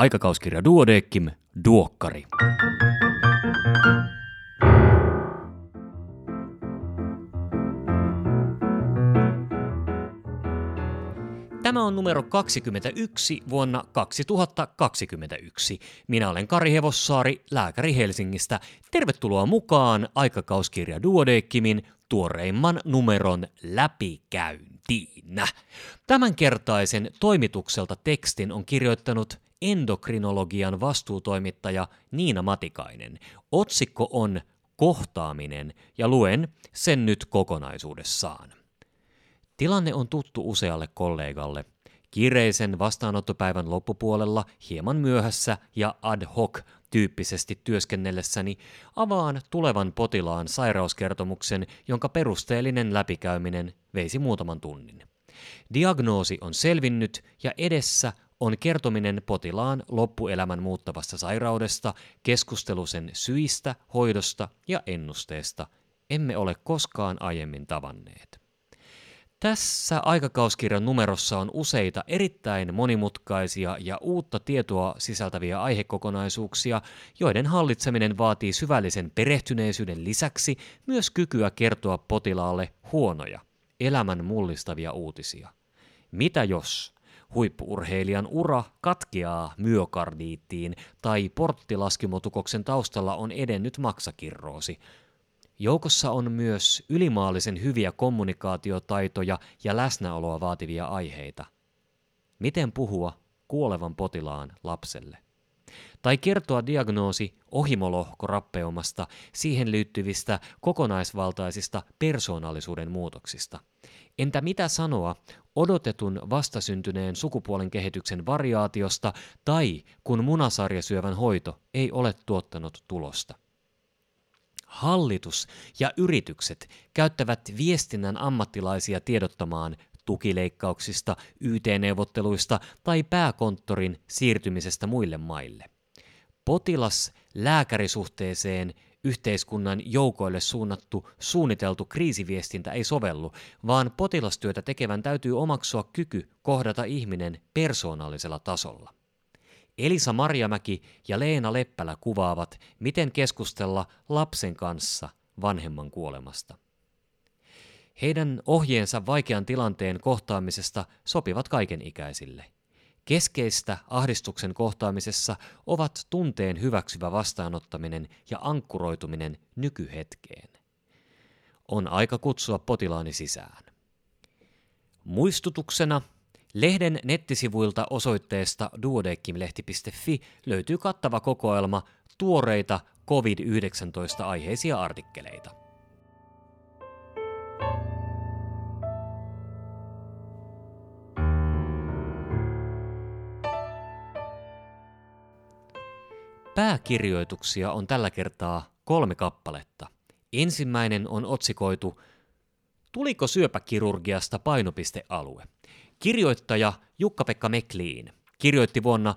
Aikakauskirja Duodeckim, Duokkari. Tämä on numero 21 vuonna 2021. Minä olen Kari Hevossaari, lääkäri Helsingistä. Tervetuloa mukaan Aikakauskirja Duodeckimin tuoreimman numeron läpikäyntiin. Tämänkertaisen toimitukselta tekstin on kirjoittanut endokrinologian vastuutoimittaja Niina Matikainen. Otsikko on Kohtaaminen ja luen sen nyt kokonaisuudessaan. Tilanne on tuttu usealle kollegalle. Kiireisen vastaanottopäivän loppupuolella, hieman myöhässä ja ad hoc tyyppisesti työskennellessäni avaan tulevan potilaan sairauskertomuksen, jonka perusteellinen läpikäyminen veisi muutaman tunnin. Diagnoosi on selvinnyt ja edessä on kertominen potilaan loppuelämän muuttavasta sairaudesta, keskustelu sen syistä, hoidosta ja ennusteesta. Emme ole koskaan aiemmin tavanneet. Tässä aikakauskirjan numerossa on useita erittäin monimutkaisia ja uutta tietoa sisältäviä aihekokonaisuuksia, joiden hallitseminen vaatii syvällisen perehtyneisyyden lisäksi myös kykyä kertoa potilaalle huonoja, elämän mullistavia uutisia. Mitä jos huippu-urheilijan ura katkeaa myokardiittiin tai porttilaskimotukoksen taustalla on edennyt maksakirroosi? Joukossa on myös ylimaallisen hyviä kommunikaatiotaitoja ja läsnäoloa vaativia aiheita. Miten puhua kuolevan potilaan lapselle? Tai kertoa diagnoosi ohimolohkorappeumasta, siihen liittyvistä kokonaisvaltaisista persoonallisuuden muutoksista. Entä mitä sanoa odotetun vastasyntyneen sukupuolen kehityksen variaatiosta tai kun munasarjasyövän hoito ei ole tuottanut tulosta? Hallitus ja yritykset käyttävät viestinnän ammattilaisia tiedottamaan tukileikkauksista, YT-neuvotteluista tai pääkonttorin siirtymisestä muille maille. Potilas-lääkärisuhteeseen yhteiskunnan joukoille suunnattu suunniteltu kriisiviestintä ei sovellu, vaan potilastyötä tekevän täytyy omaksua kyky kohdata ihminen persoonallisella tasolla. Elisa Marjamäki ja Leena Leppälä kuvaavat, miten keskustella lapsen kanssa vanhemman kuolemasta. Heidän ohjeensa vaikean tilanteen kohtaamisesta sopivat kaikenikäisille. Keskeistä ahdistuksen kohtaamisessa ovat tunteen hyväksyvä vastaanottaminen ja ankkuroituminen nykyhetkeen. On aika kutsua potilaani sisään. Muistutuksena lehden nettisivuilta osoitteesta duodeckimlehti.fi löytyy kattava kokoelma tuoreita COVID-19-aiheisia artikkeleita. Pääkirjoituksia on tällä kertaa 3 kappaletta. Ensimmäinen on otsikoitu Tuliko syöpäkirurgiasta painopistealue? Kirjoittaja Jukka-Pekka Meklin kirjoitti vuonna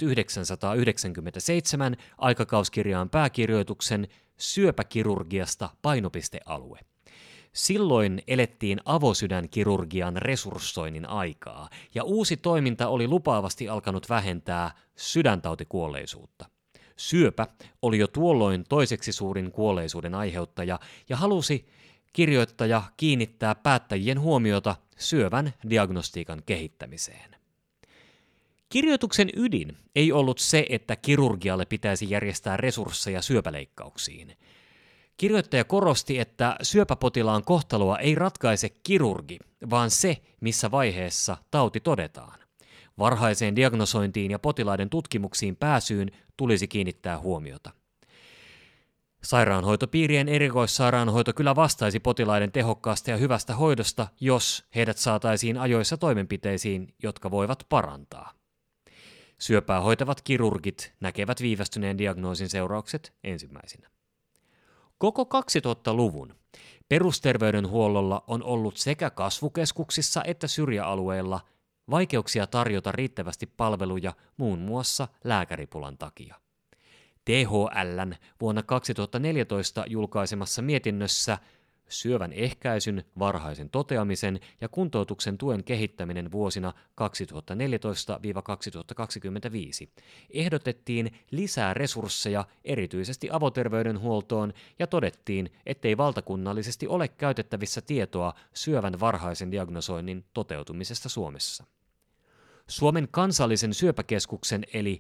1997 aikakauskirjaan pääkirjoituksen Syöpäkirurgiasta painopistealue. Silloin elettiin avosydänkirurgian resurssoinnin aikaa, ja uusi toiminta oli lupaavasti alkanut vähentää sydäntautikuolleisuutta. Syöpä oli jo tuolloin toiseksi suurin kuolleisuuden aiheuttaja, ja halusi kirjoittaja kiinnittää päättäjien huomiota syövän diagnostiikan kehittämiseen. Kirjoituksen ydin ei ollut se, että kirurgialle pitäisi järjestää resursseja syöpäleikkauksiin. Kirjoittaja korosti, että syöpäpotilaan kohtaloa ei ratkaise kirurgi, vaan se, missä vaiheessa tauti todetaan. Varhaiseen diagnosointiin ja potilaiden tutkimuksiin pääsyyn tulisi kiinnittää huomiota. Sairaanhoitopiirien erikoissairaanhoito kyllä vastaisi potilaiden tehokkaasta ja hyvästä hoidosta, jos heidät saataisiin ajoissa toimenpiteisiin, jotka voivat parantaa. Syöpää hoitavat kirurgit näkevät viivästyneen diagnoosin seuraukset ensimmäisenä. Koko 2000-luvun perusterveydenhuollolla on ollut sekä kasvukeskuksissa että syrjäalueilla vaikeuksia tarjota riittävästi palveluja muun muassa lääkäripulan takia. THL:n vuonna 2014 julkaisemassa mietinnössä syövän ehkäisyn, varhaisen toteamisen ja kuntoutuksen tuen kehittäminen vuosina 2014-2025. Ehdotettiin lisää resursseja erityisesti avoterveydenhuoltoon ja todettiin, ettei valtakunnallisesti ole käytettävissä tietoa syövän varhaisen diagnosoinnin toteutumisesta Suomessa. Suomen kansallisen syöpäkeskuksen eli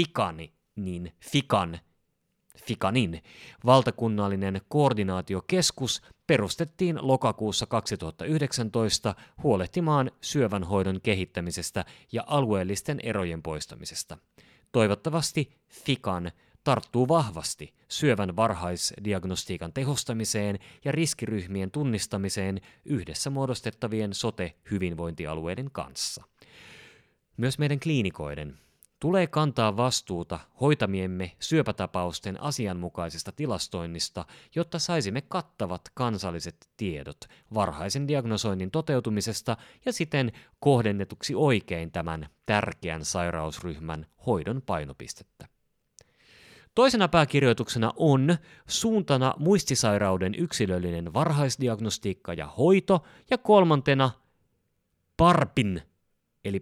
Fikanin valtakunnallinen koordinaatiokeskus perustettiin lokakuussa 2019 huolehtimaan syövänhoidon kehittämisestä ja alueellisten erojen poistamisesta. Toivottavasti Fikan tarttuu vahvasti syövän varhaisdiagnostiikan tehostamiseen ja riskiryhmien tunnistamiseen yhdessä muodostettavien sote-hyvinvointialueiden kanssa. Myös meidän kliinikoiden tulee kantaa vastuuta hoitamiemme syöpätapausten asianmukaisesta tilastoinnista, jotta saisimme kattavat kansalliset tiedot varhaisen diagnosoinnin toteutumisesta ja siten kohdennetuksi oikein tämän tärkeän sairausryhmän hoidon painopistettä. Toisena pääkirjoituksena on suuntana muistisairauden yksilöllinen varhaisdiagnostiikka ja hoito ja kolmantena PARPin eli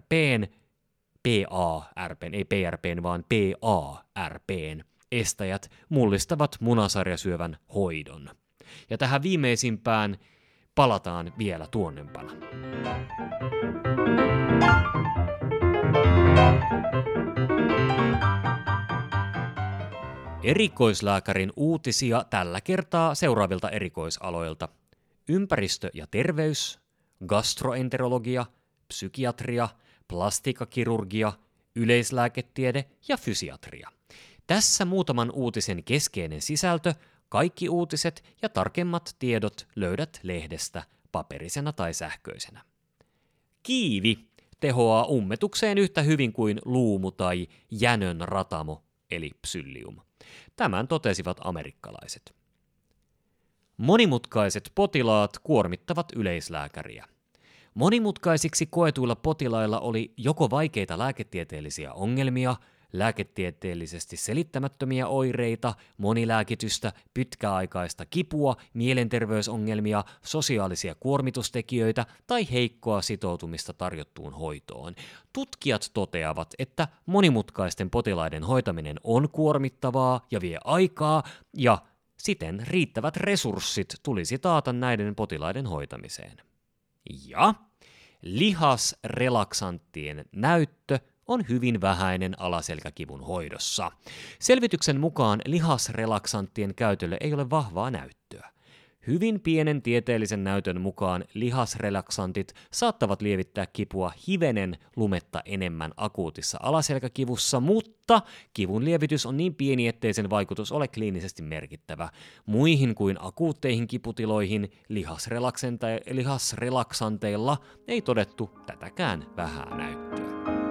ei PRPn, vaan PARPn estäjät mullistavat munasarjasyövän hoidon. Ja tähän viimeisimpään palataan vielä tuonnempana. Erikoislääkärin uutisia tällä kertaa seuraavilta erikoisaloilta: ympäristö ja terveys, gastroenterologia, psykiatria, plastiikkakirurgia, yleislääketiede ja fysiatria. Tässä muutaman uutisen keskeinen sisältö, kaikki uutiset ja tarkemmat tiedot löydät lehdestä paperisena tai sähköisenä. Kiivi tehoaa ummetukseen yhtä hyvin kuin luumu tai jänön ratamo eli psyllium. Tämän totesivat amerikkalaiset. Monimutkaiset potilaat kuormittavat yleislääkäriä. Monimutkaisiksi koetuilla potilailla oli joko vaikeita lääketieteellisiä ongelmia, lääketieteellisesti selittämättömiä oireita, monilääkitystä, pitkäaikaista kipua, mielenterveysongelmia, sosiaalisia kuormitustekijöitä tai heikkoa sitoutumista tarjottuun hoitoon. Tutkijat toteavat, että monimutkaisten potilaiden hoitaminen on kuormittavaa ja vie aikaa, ja siten riittävät resurssit tulisi taata näiden potilaiden hoitamiseen. Ja lihasrelaksanttien näyttö on hyvin vähäinen alaselkäkivun hoidossa. Selvityksen mukaan lihasrelaksanttien käytölle ei ole vahvaa näyttöä. Hyvin pienen tieteellisen näytön mukaan lihasrelaksantit saattavat lievittää kipua hivenen lumetta enemmän akuutissa alaselkäkivussa, mutta kivun lievitys on niin pieni, ettei sen vaikutus ole kliinisesti merkittävä. Muihin kuin akuutteihin kiputiloihin lihasrelaksanteilla ei todettu tätäkään vähää näyttöä.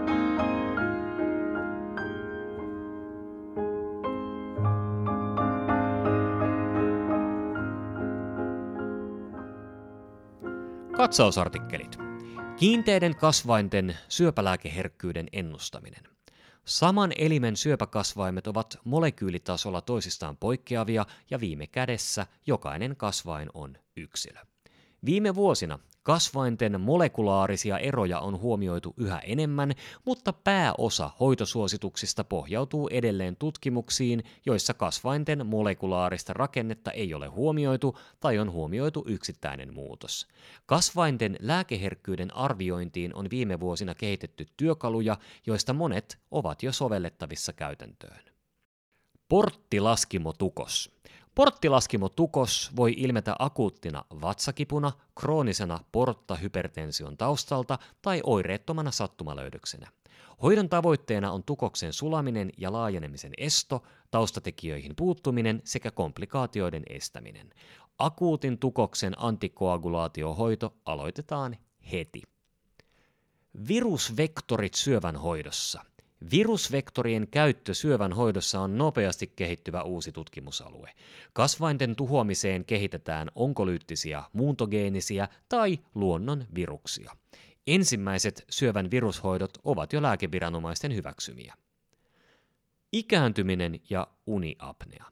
Katsausartikkelit. Kiinteiden kasvainten syöpälääkeherkkyyden ennustaminen. Saman elimen syöpäkasvaimet ovat molekyylitasolla toisistaan poikkeavia ja viime kädessä jokainen kasvain on yksilö. Viime vuosina kasvainten molekulaarisia eroja on huomioitu yhä enemmän, mutta pääosa hoitosuosituksista pohjautuu edelleen tutkimuksiin, joissa kasvainten molekulaarista rakennetta ei ole huomioitu tai on huomioitu yksittäinen muutos. Kasvainten lääkeherkkyyden arviointiin on viime vuosina kehitetty työkaluja, joista monet ovat jo sovellettavissa käytäntöön. Porttilaskimotukos. Porttilaskimotukos voi ilmetä akuuttina vatsakipuna, kroonisena porttahypertension taustalta tai oireettomana sattumalöydöksenä. Hoidon tavoitteena on tukoksen sulaminen ja laajenemisen esto, taustatekijöihin puuttuminen sekä komplikaatioiden estäminen. Akuutin tukoksen antikoagulaatiohoito aloitetaan heti. Virusvektorit syövän hoidossa. Virusvektorien käyttö syövän hoidossa on nopeasti kehittyvä uusi tutkimusalue. Kasvainten tuhoamiseen kehitetään onkolyyttisiä, muuntogeenisiä tai luonnon viruksia. Ensimmäiset syövän virushoidot ovat jo lääkeviranomaisten hyväksymiä. Ikääntyminen ja uniapnea.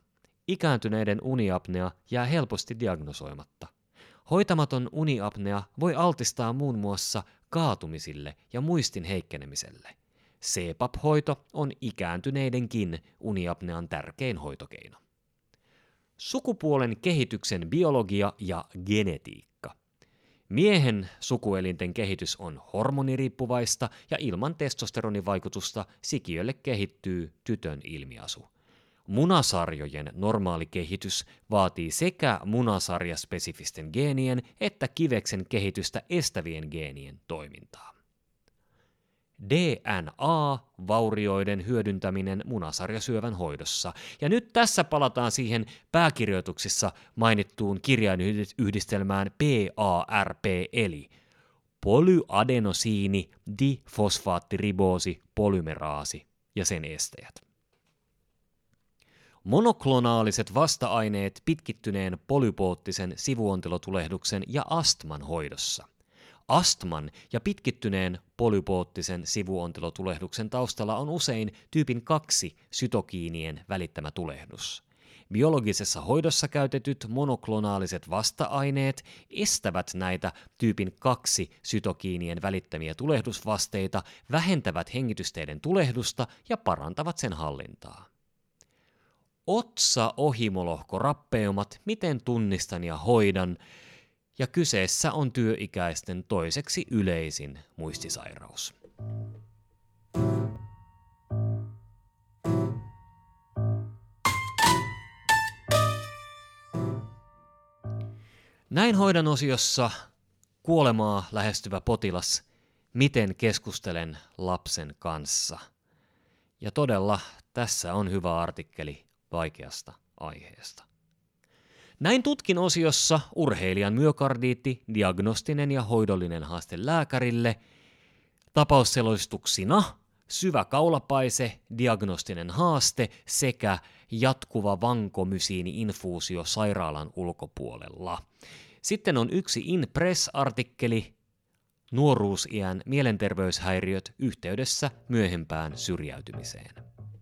Ikääntyneiden uniapnea jää helposti diagnosoimatta. Hoitamaton uniapnea voi altistaa muun muassa kaatumisille ja muistin heikkenemiselle. CPAP-hoito on ikääntyneidenkin uniapnean tärkein hoitokeino. Sukupuolen kehityksen biologia ja genetiikka. Miehen sukuelinten kehitys on hormoniriippuvaista ja ilman testosteronin vaikutusta sikiölle kehittyy tytön ilmiasu. Munasarjojen normaali kehitys vaatii sekä munasarjaspesifisten geenien että kiveksen kehitystä estävien geenien toimintaa. DNA-vaurioiden hyödyntäminen munasarjasyövän hoidossa. Ja nyt tässä palataan siihen pääkirjoituksissa mainittuun kirjainyhdistelmään PARP eli polyadenosiini difosfaattiriboosi polymeraasi ja sen estäjät. Monoklonaaliset vasta-aineet pitkittyneen polypoottisen sivuontelotulehduksen ja astman hoidossa. Astman ja pitkittyneen polypoottisen sivuontelotulehduksen taustalla on usein tyypin 2 sytokiinien välittämä tulehdus. Biologisessa hoidossa käytetyt monoklonaaliset vasta-aineet estävät näitä tyypin 2 sytokiinien välittämiä tulehdusvasteita, vähentävät hengitysteiden tulehdusta ja parantavat sen hallintaa. Otsaohimolohkorappeumat, miten tunnistan ja hoidan, ja kyseessä on työikäisten toiseksi yleisin muistisairaus. Näin hoidan osiossa kuolemaa lähestyvä potilas, miten keskustelen lapsen kanssa. Ja todella tässä on hyvä artikkeli vaikeasta aiheesta. Näin tutkin osiossa urheilijan myokardiitti, diagnostinen ja hoidollinen haaste lääkärille, tapausselostuksina syvä kaulapaise, diagnostinen haaste sekä jatkuva vankomysiini-infuusio sairaalan ulkopuolella. Sitten on yksi InPress-artikkeli, nuoruusiän mielenterveyshäiriöt yhteydessä myöhempään syrjäytymiseen.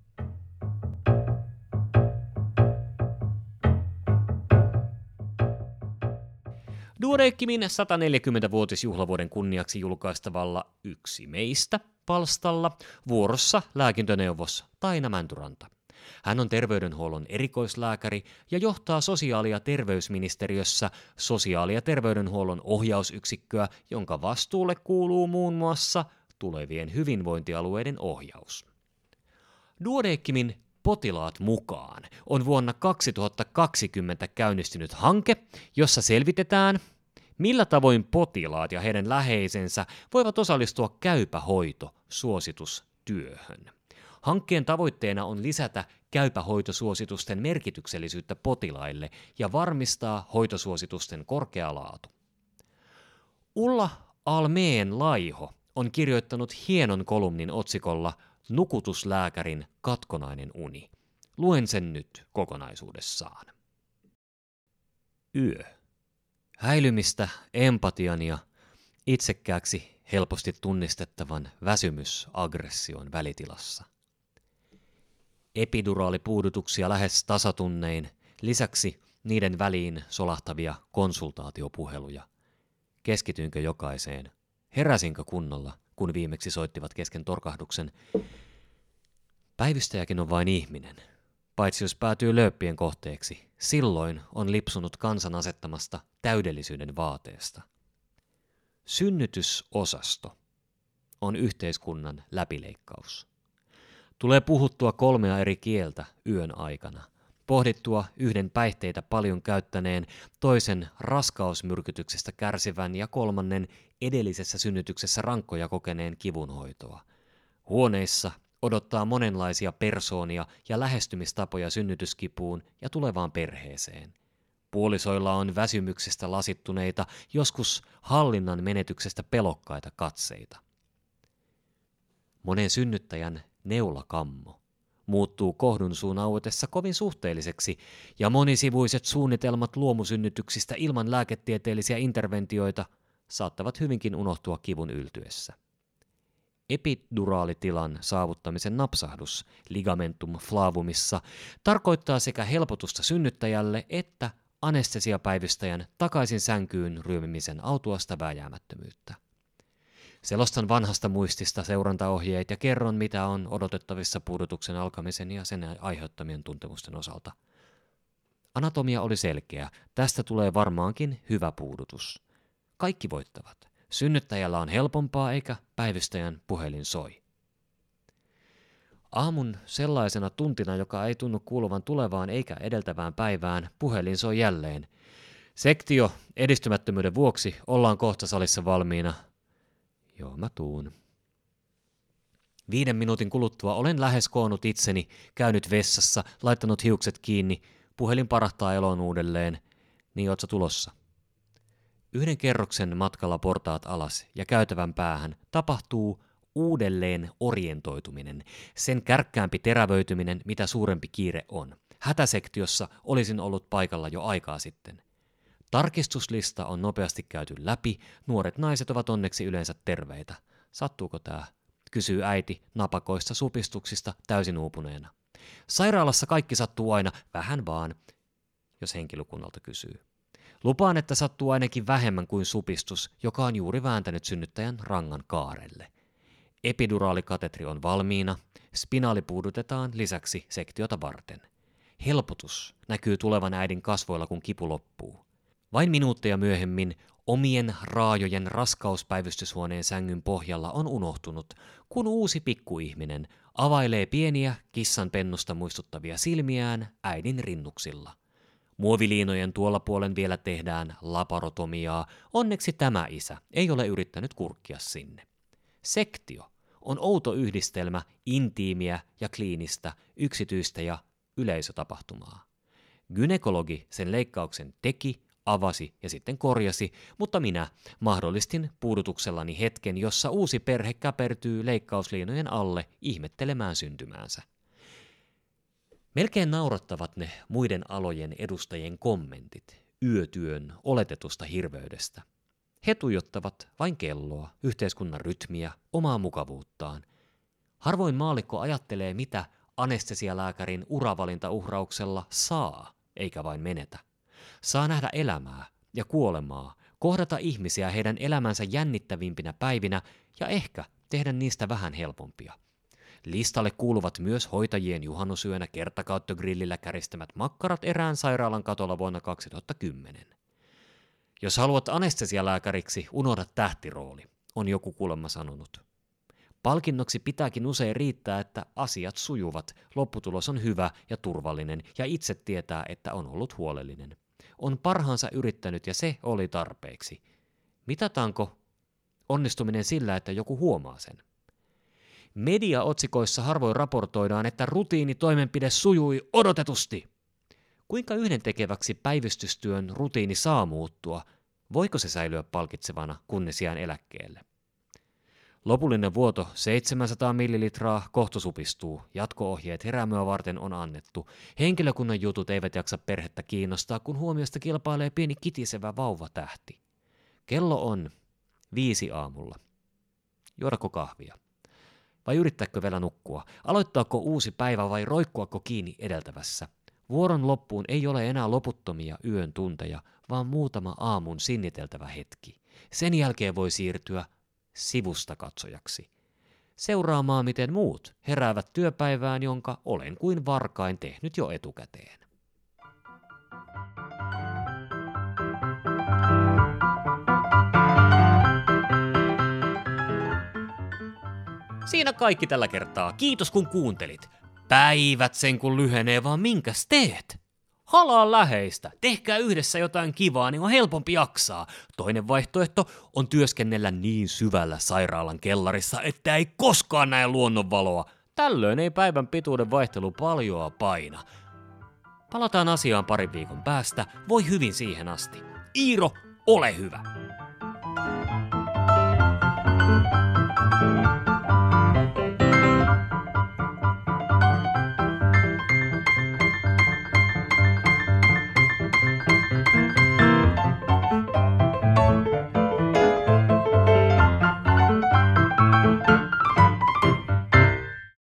Duodeckimin 140-vuotisjuhlavuoden kunniaksi julkaistavalla Yksi meistä -palstalla vuorossa lääkintöneuvos Taina Mäntyranta. Hän on terveydenhuollon erikoislääkäri ja johtaa sosiaali- ja terveysministeriössä sosiaali- ja terveydenhuollon ohjausyksikköä, jonka vastuulle kuuluu muun muassa tulevien hyvinvointialueiden ohjaus. Duodeckimin Potilaat mukaan on vuonna 2020 käynnistynyt hanke, jossa selvitetään, millä tavoin potilaat ja heidän läheisensä voivat osallistua Käypä hoito -suositustyöhön. Hankkeen tavoitteena on lisätä Käypä hoitosuositusten merkityksellisyyttä potilaille ja varmistaa hoitosuositusten korkea laatu. Ulla Almeen-Laiho on kirjoittanut hienon kolumnin otsikolla Nukutuslääkärin katkonainen uni. Luen sen nyt kokonaisuudessaan. Yö. Häilymistä, empatian ja itsekkääksi helposti tunnistettavan väsymysaggression välitilassa. Epiduraalipuudutuksia lähes tasatunnein, lisäksi niiden väliin solahtavia konsultaatiopuheluja. Keskityinkö jokaiseen? Heräsinkö kunnolla, kun viimeksi soittivat kesken torkahduksen? Päivystäjäkin on vain ihminen. Paitsi jos päätyy lööppien kohteeksi, silloin on lipsunut kansan asettamasta täydellisyyden vaateesta. Synnytysosasto on yhteiskunnan läpileikkaus. Tulee puhuttua 3 eri kieltä yön aikana, pohdittua yhden päihteitä paljon käyttäneen, toisen raskausmyrkytyksestä kärsivän ja 3. edellisessä synnytyksessä rankkoja kokeneen kivunhoitoa. Huoneissa odottaa monenlaisia persoonia ja lähestymistapoja synnytyskipuun ja tulevaan perheeseen. Puolisoilla on väsymyksestä lasittuneita, joskus hallinnan menetyksestä pelokkaita katseita. Monen synnyttäjän neulakammo muuttuu kohdunsuun auetessa kovin suhteelliseksi, ja monisivuiset suunnitelmat luomusynnytyksistä ilman lääketieteellisiä interventioita saattavat hyvinkin unohtua kivun yltyessä. Epiduraalitilan saavuttamisen napsahdus ligamentum flavumissa tarkoittaa sekä helpotusta synnyttäjälle että anestesiapäivystäjän takaisin sänkyyn ryömimisen autuasta vääjäämättömyyttä. Selostan vanhasta muistista seurantaohjeet ja kerron, mitä on odotettavissa puudutuksen alkamisen ja sen aiheuttamien tuntemusten osalta. Anatomia oli selkeä. Tästä tulee varmaankin hyvä puudutus. Kaikki voittavat. Synnyttäjällä on helpompaa eikä päivystäjän puhelin soi. Aamun sellaisena tuntina, joka ei tunnu kuuluvan tulevaan eikä edeltävään päivään, puhelin soi jälleen. Sektio, edistymättömyyden vuoksi, ollaan kohta salissa valmiina. Joo, mä tuun. 5 minuutin kuluttua olen lähes koonnut itseni, käynyt vessassa, laittanut hiukset kiinni, puhelin parahtaa eloon uudelleen. Niin oot sä tulossa? 1 kerroksen matkalla portaat alas ja käytävän päähän tapahtuu uudelleen orientoituminen, sen kärkkäämpi terävöityminen, mitä suurempi kiire on. Hätäsektiossa olisin ollut paikalla jo aikaa sitten. Tarkistuslista on nopeasti käyty läpi, nuoret naiset ovat onneksi yleensä terveitä. Sattuuko tää? Kysyy äiti napakoista supistuksista täysin uupuneena. Sairaalassa kaikki sattuu aina, vähän vaan, jos henkilökunnalta kysyy. Lupaan, että sattuu ainakin vähemmän kuin supistus, joka on juuri vääntänyt synnyttäjän rangan kaarelle. Epiduraalikatetri on valmiina, spinaali puudutetaan lisäksi sektiota varten. Helpotus näkyy tulevan äidin kasvoilla, kun kipu loppuu. Vain minuutteja myöhemmin omien raajojen raskauspäivystyshuoneen sängyn pohjalla on unohtunut, kun uusi pikkuihminen availee pieniä kissan pennusta muistuttavia silmiään äidin rinnuksilla. Muoviliinojen tuolla puolen vielä tehdään laparotomiaa, onneksi tämä isä ei ole yrittänyt kurkkia sinne. Sektio on outo yhdistelmä intiimiä ja kliinistä, yksityistä ja yleisötapahtumaa. Gynekologi sen leikkauksen teki, avasi ja sitten korjasi, mutta minä mahdollistin puudutuksellani hetken, jossa uusi perhe käpertyy leikkausliinojen alle ihmettelemään syntymäänsä. Melkein naurattavat ne muiden alojen edustajien kommentit yötyön oletetusta hirveydestä. He tuijottavat vain kelloa, yhteiskunnan rytmiä, omaa mukavuuttaan. Harvoin maallikko ajattelee, mitä anestesialääkärin uravalintauhrauksella saa, eikä vain menetä. Saa nähdä elämää ja kuolemaa, kohdata ihmisiä heidän elämänsä jännittävimpinä päivinä ja ehkä tehdä niistä vähän helpompia. Listalle kuuluvat myös hoitajien juhannusyönä kertakauttogrillillä käristämät makkarat erään sairaalan katolla vuonna 2010. Jos haluat anestesialääkäriksi, unohda tähtirooli, on joku kuulemma sanonut. Palkinnoksi pitääkin usein riittää, että asiat sujuvat, lopputulos on hyvä ja turvallinen ja itse tietää, että on ollut huolellinen. On parhaansa yrittänyt ja se oli tarpeeksi. Mitataanko onnistuminen sillä, että joku huomaa sen? Mediaotsikoissa harvoin raportoidaan, että rutiinitoimenpide sujui odotetusti. Kuinka yhdentekeväksi päivystystyön rutiini saa muuttua? Voiko se säilyä palkitsevana, kunnes jään eläkkeelle? Lopullinen vuoto 700 millilitraa, kohta supistuu. Jatko-ohjeet heräämöä varten on annettu. Henkilökunnan jutut eivät jaksa perhettä kiinnostaa, kun huomiosta kilpailee pieni kitisevä vauvatähti. Kello on 5 aamulla. Juodako kahvia? Vai yrittääkö vielä nukkua? Aloittaako uusi päivä vai roikkuako kiinni edeltävässä? Vuoron loppuun ei ole enää loputtomia yön tunteja, vaan muutama aamun sinniteltävä hetki. Sen jälkeen voi siirtyä sivusta katsojaksi. Seuraamaan, miten muut heräävät työpäivään, jonka olen kuin varkain tehnyt jo etukäteen. Siinä kaikki tällä kertaa. Kiitos kun kuuntelit. Päivät sen kun lyhenee, vaan minkäs teet? Halaa läheistä, tehkää yhdessä jotain kivaa, niin on helpompi jaksaa. Toinen vaihtoehto on työskennellä niin syvällä sairaalan kellarissa, että ei koskaan näe luonnonvaloa. Tällöin ei päivän pituuden vaihtelu paljoa paina. Palataan asiaan parin viikon päästä, voi hyvin siihen asti. Iiro, ole hyvä!